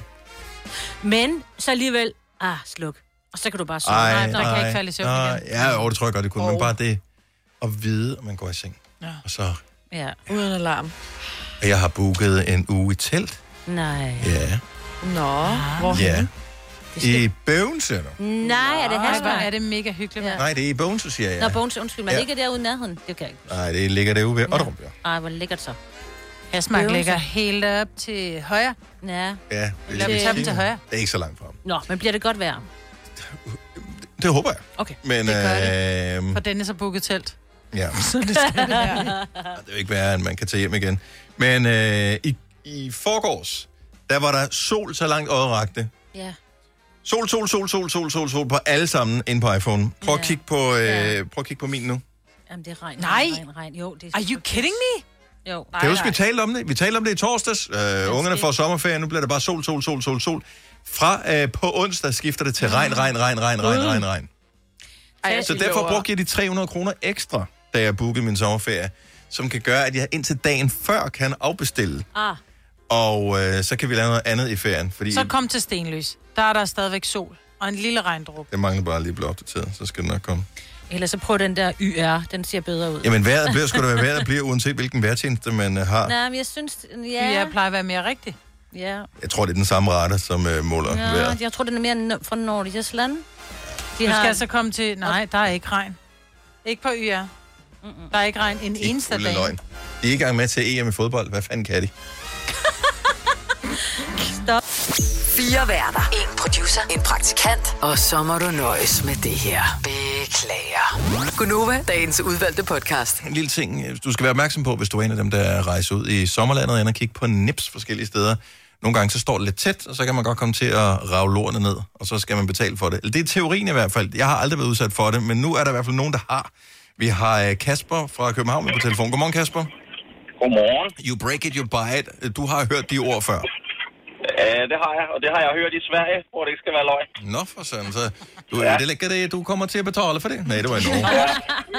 Men så alligevel, sluk. Og så kan du bare sove. Nej, der kan ikke falde i søvn igen. Ja, det tror jeg godt, det kunne. Men bare det at vide, at man går i seng. Ja. Og så... Ja, uden alarm. Og jeg har booket en uge i telt. Nej. Ja. Nå, hvorhen? Ja. I Bogense. Nej, er det Hasmark? Er det mega hyggeligt? Ja. Nej, det er i Bogense, siger jeg. Nå, Bogense, undskyld. Man ligger derude i nærheden. Det kan jeg ikke. Nej, det ligger derude ved Otterup. Ej, hvor lækkert så. Hasmark ligger helt op til højre. Ja. Ja, det er til højre. Det er ikke så langt frem. Nå, men bliver det godt vejr? Det håber jeg. Okay. Men, det gør det. For Dennis har booket telt. Ja. Så det skal det være. Det er jo ikke værre, end man kan tage hjem igen. Men i forgårs, der var der sol så langt øjet rakte. Ja. Sol på alle sammen inde på iPhone. Prøv at kigge på min nu. Jamen, det er regn. Nej. Regn. Jo, det er Are you kidding me? Jo. Kan du huske, vi talte om det? Vi talte om det i torsdags. Ungerne får sommerferie, nu bliver det bare sol. Fra på onsdag skifter det til regn. Så derfor brugte jeg de 300 kroner ekstra, da jeg bookede min sommerferie, som kan gøre, at jeg indtil dagen før kan afbestille. Og så kan vi lave noget andet i ferien. Fordi så kom til Stenløs. Der er der stadigvæk sol og en lille regndrup. Det mangler bare lige at blive opdateret, så skal det nok komme. Eller så prøv den der YR, den ser bedre ud. Jamen vejret bliver sgu da være vejret, bliver uanset hvilken vejrtjeneste man har. Nej, men jeg synes, YR plejer at være mere rigtig. Ja. Jeg tror, det er den samme radar, som måler vejret. Jeg tror, det er mere fra Nordisland. Du skal altså komme til... Nej, der er ikke regn. Ikke på YR. Der er ikke regn en eneste dag. Løgn. De er i gang med til EM i fodbold. Hvad fanden kan de? Stop. 4 værter. 1 producer. 1 praktikant. Og så må du nøjes med det her. Beklager. Gunova, dagens udvalgte podcast. En lille ting, du skal være opmærksom på, hvis du er en af dem, der rejser ud i sommerlandet og kigge på nips forskellige steder. Nogle gange så står det lidt tæt, og så kan man godt komme til at rave lorene ned, og så skal man betale for det. Det er teorien i hvert fald. Jeg har aldrig været udsat for det, men nu er der i hvert fald nogen, der har. Vi har Kasper fra København med på telefon. Godmorgen, Kasper. Godmorgen. You break it, you buy it. Du har hørt de ord før. Det har jeg, og det har jeg hørt i Sverige, hvor det ikke skal være løgn. Nå for sådan, så det ligger det, du kommer til at betale for det? Nej, det var i Norge. Ja,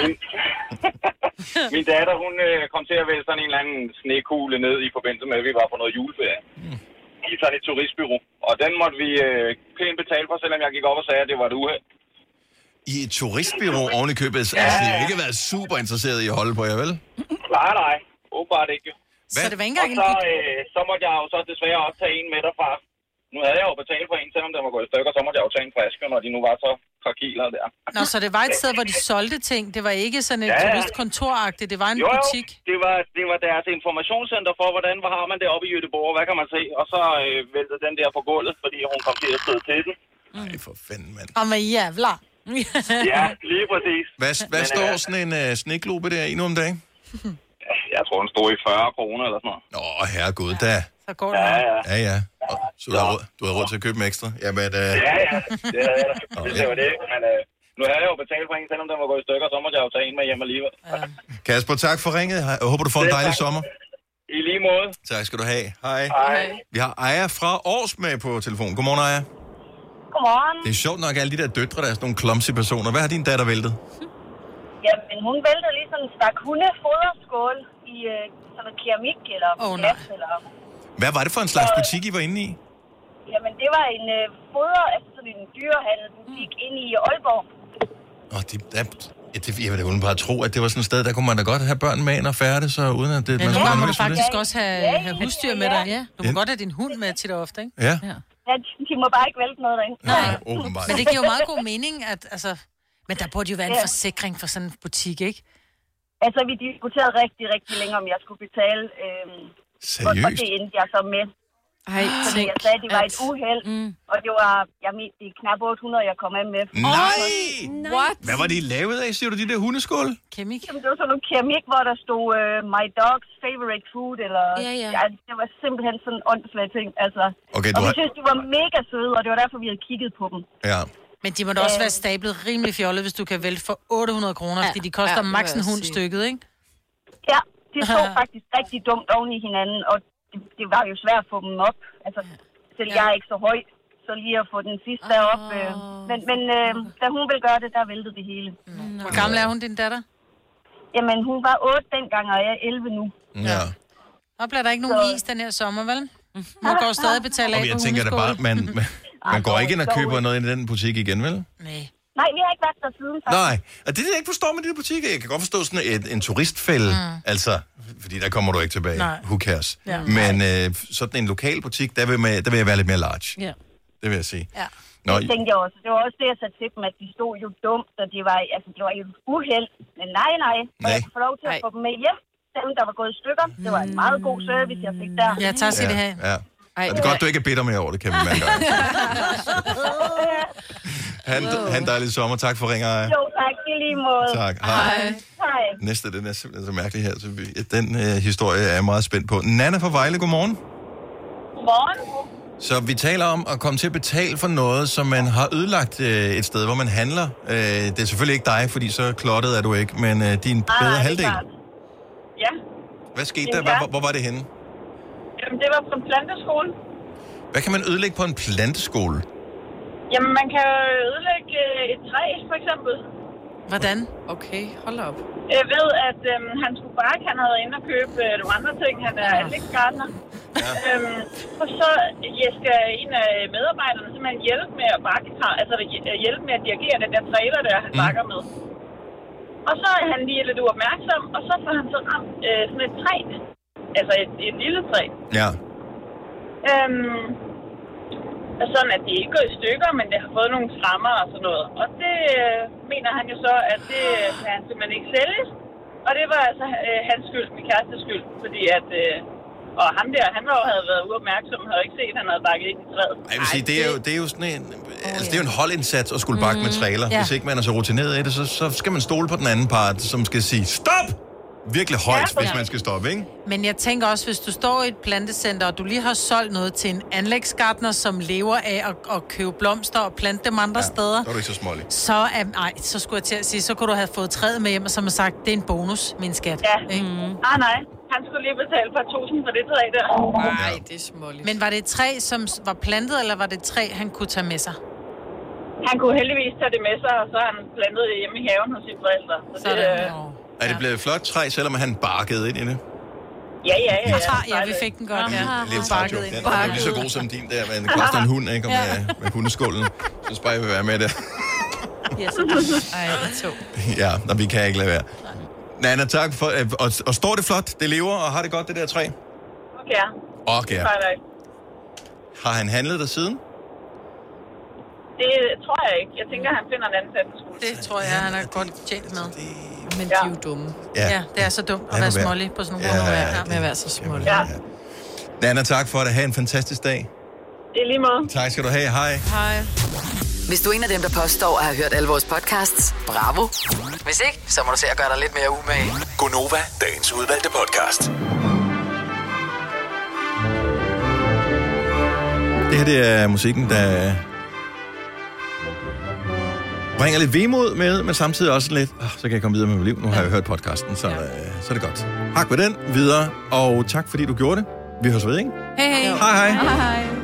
min datter, hun kom til at vælge sådan en eller anden snekugle ned i forbindelse med, at vi var på noget juleferie. I sådan et turistbureau. Og den måtte vi pænt betale for, selvom jeg gik op og sagde, at det var et uheld. I et turistbureau oven i købet? Ja. Altså, det har ikke været super interesseret i at holde på jer, vel? Nej. Åbenbart ikke. Så det var ikke engang så måtte jeg jo så desværre også tage en med derfra. Nu havde jeg jo betalt for en, selvom den var gået i stykker, så måtte jeg jo tage en flaske, når de nu var så krakiler der. Nå, så det var et sted, hvor de solgte ting. Det var ikke sådan et turistkontoragtigt, det var en butik. Det var deres informationscenter for, hvordan har man det oppe i Göteborg, hvad kan man se? Og så væltede den der på gulvet, fordi hun kom til at sidde til den. Nej, for fanden, mand. Og med jævler. Ja, lige præcis. Hvad står sådan en sneglobe der i nu om dagen? Jeg tror, den stod i 40 kroner eller sådan noget. Nå, herregud, da. Så går det. Ja. Så du har råd til at købe dem ekstra? Jamen, Ja, det havde jeg da. Det var det. Men nu havde jeg jo betalt for en, selvom den var gået i stykker, så måtte jeg jo tage en med hjem alligevel. Kasper, tak for ringet. Jeg håber, du får en dejlig sommer. I lige måde. Tak skal du have. Hej. Hej. Vi har Aya fra Aars med på telefon. Godmorgen, Aya. Godmorgen. Det er sjovt nok, alle de der døtre, der er sådan nogle clumsy personer. Hvad har din datter væltet? Jamen, hun væltede lige sådan en stak hundefoderskål i sådan noget keramik eller glas. Eller... Hvad var det for en slags butik, I var inde i? Jamen, det var en foder, altså sådan en dyrehandelbutik inde i Aalborg. Jeg vil da bare tro, at det var sådan et sted, der kunne man da godt have børn med ind og færdes, så uden at det... Ja, nogle gange må du faktisk også have husdyr med dig. Ja. Du må godt have din hund med tit og ofte, ikke? Ja. Ja, de må bare ikke vælte noget derinde. Nej, men det giver jo meget god mening, at altså... Men der burde jo være en forsikring for sådan en butik, ikke? Altså, vi diskuterede rigtig, rigtig længe, om jeg skulle betale. Seriøst? Og det endte jeg så med. Ej, fordi jeg sagde, at det var et uheld. Og det var, jeg mener, det er knap 800, jeg kom af med. Nej! What? Hvad var de lavet af, siger du, de der hundeskål? Keramik? Jamen, det var sådan noget keramik, hvor der stod my dog's favorite food, eller... Ja, det var simpelthen sådan en åndssvagt ting, altså. Okay, og vi synes, de var mega søde, og det var derfor, vi havde kigget på dem. Ja. Men de må da også være stablet rimelig fjollet, hvis du kan vælte for 800 kroner, fordi de koster maks en hund stykket, ikke? Ja, de stod faktisk rigtig dumt oven i hinanden, og det var jo svært at få dem op. Altså, selv jeg er ikke så høj, så lige at få den sidste derop. Men da hun ville gøre det, der væltede det hele. Hvor gammel er hun, din datter? Jamen, hun var 8 dengang, og jeg er 11 nu. Ja. Og bliver der ikke nogen is den her sommer, vel? Man går stadig betale af Og på jeg tænker da bare, man går ikke ind og køber noget i den butik igen, vel? Nej, vi har ikke været der siden. Nej, og det er det, jeg ikke forstår med de butikker. Jeg kan godt forstå sådan en turistfælde, altså, fordi der kommer du ikke tilbage. Nej. Who cares? Ja. Men sådan en lokal butik, der vil jeg være lidt mere large. Ja. Det vil jeg sige. Ja. Det tænkte jeg også. Det var også det, jeg sagde til dem, at de stod jo dumt, og det var jo uheld. Men nej. Og jeg kunne få lov til at få dem med hjem, selvom der var gået i stykker. Det var en meget god service, jeg fik der. Ja, tak skal det have. Ja. Og det er godt, du ikke er bitter med over det, kan vi mærke. Ha' en dejlig sommer. Tak for ringer. Jo, tak. I lige måde. Tak. Hej. Hej. Næste, den er simpelthen så mærkelig her. Så den historie er jeg meget spændt på. Nana fra Vejle, godmorgen. Godmorgen. Så vi taler om at komme til at betale for noget, som man har ødelagt et sted, hvor man handler. Det er selvfølgelig ikke dig, fordi så klottet er du ikke, men din bedre halvdel. Ja. Hvad skete der? Hvor var det henne? Jamen, det var på en planteskole. Hvad kan man ødelægge på en planteskole? Jamen, man kan ødelægge et træ, for eksempel. Hvordan? Okay, hold op. Jeg ved, at han skulle bare, han havde inde og købe nogle andre ting. Han er anlægsgartner. Ja. Og så skal en af medarbejderne simpelthen hjælpe med at bakke, altså hjælpe med at dirigere den der trailer, der han bakker med. Og så er han lige lidt uopmærksom, og så får han så ramt sådan et træ. Altså et lille træ. Ja. Sådan, at det ikke går i stykker, men det har fået nogle strammer og sådan noget. Og det mener han jo så, at det kan han simpelthen ikke sælge. Og det var altså hans skyld, min kærestes skyld, fordi at... og ham der, havde været uopmærksom, havde ikke set, at han havde bakket ind i træet. Jeg vil sige, det er jo sådan en... Altså, det er jo en holdindsats at skulle bakke med trailer. Ja. Hvis ikke man er så rutineret i det, så skal man stole på den anden part, som skal sige, stop! Virkelig højt, hvis man skal stoppe, ikke? Men jeg tænker også, hvis du står i et plantecenter, og du lige har solgt noget til en anlægsgartner, som lever af at købe blomster og plante dem andre steder. Så er du ikke så smålig. Så skulle jeg til at sige, så kunne du have fået træet med hjem, og så har man sagt, det er en bonus, min skat. Ja. Nej. Han skulle lige betale for 1.000 for det træ der. Nej, det er småligt. Men var det et træ, som var plantet, eller var det et træ, han kunne tage med sig? Han kunne heldigvis tage det med sig, og så har han plantet det hjemme i haven hos sine forældre. Så er det blevet et flot træ, selvom han barkede ind i det? Ja. Ja, vi fik den godt. Ja. Lidt træt, jo. Den er lige så god som din der, men det koster en hund, ikke? Med hundeskålen. Så bare jeg vil være med der. Ja, og vi kan ikke lade være. Nana, tak for... Og står det flot? Det lever, og har det godt, det der træ? Okay. Har han handlet der siden? Det tror jeg ikke. Jeg tænker, han finder en anden planteskole. Det tror jeg, han er godt tjent med. Men de er jo dumme. Ja, det er så dumt at være smålig på sådan nogle måder. Med at være så smålig. Ja. Nana, tak for det. Ha' en fantastisk dag. Det er lige måde. Tak skal du have. Hej. Hej. Hvis du er en af dem, der påstår at have hørt alle vores podcasts, bravo. Hvis ikke, så må du se at gøre dig lidt mere umage. Gonova, dagens udvalgte podcast. Det her, det er musikken, der bringer lidt vemod med, men samtidig også lidt, så kan jeg komme videre med mit liv. Nu har jeg hørt podcasten, så er det godt. Hak med den videre, og tak fordi du gjorde det. Vi høres ved, ikke? Hej hej. Hej hej. Hej hej.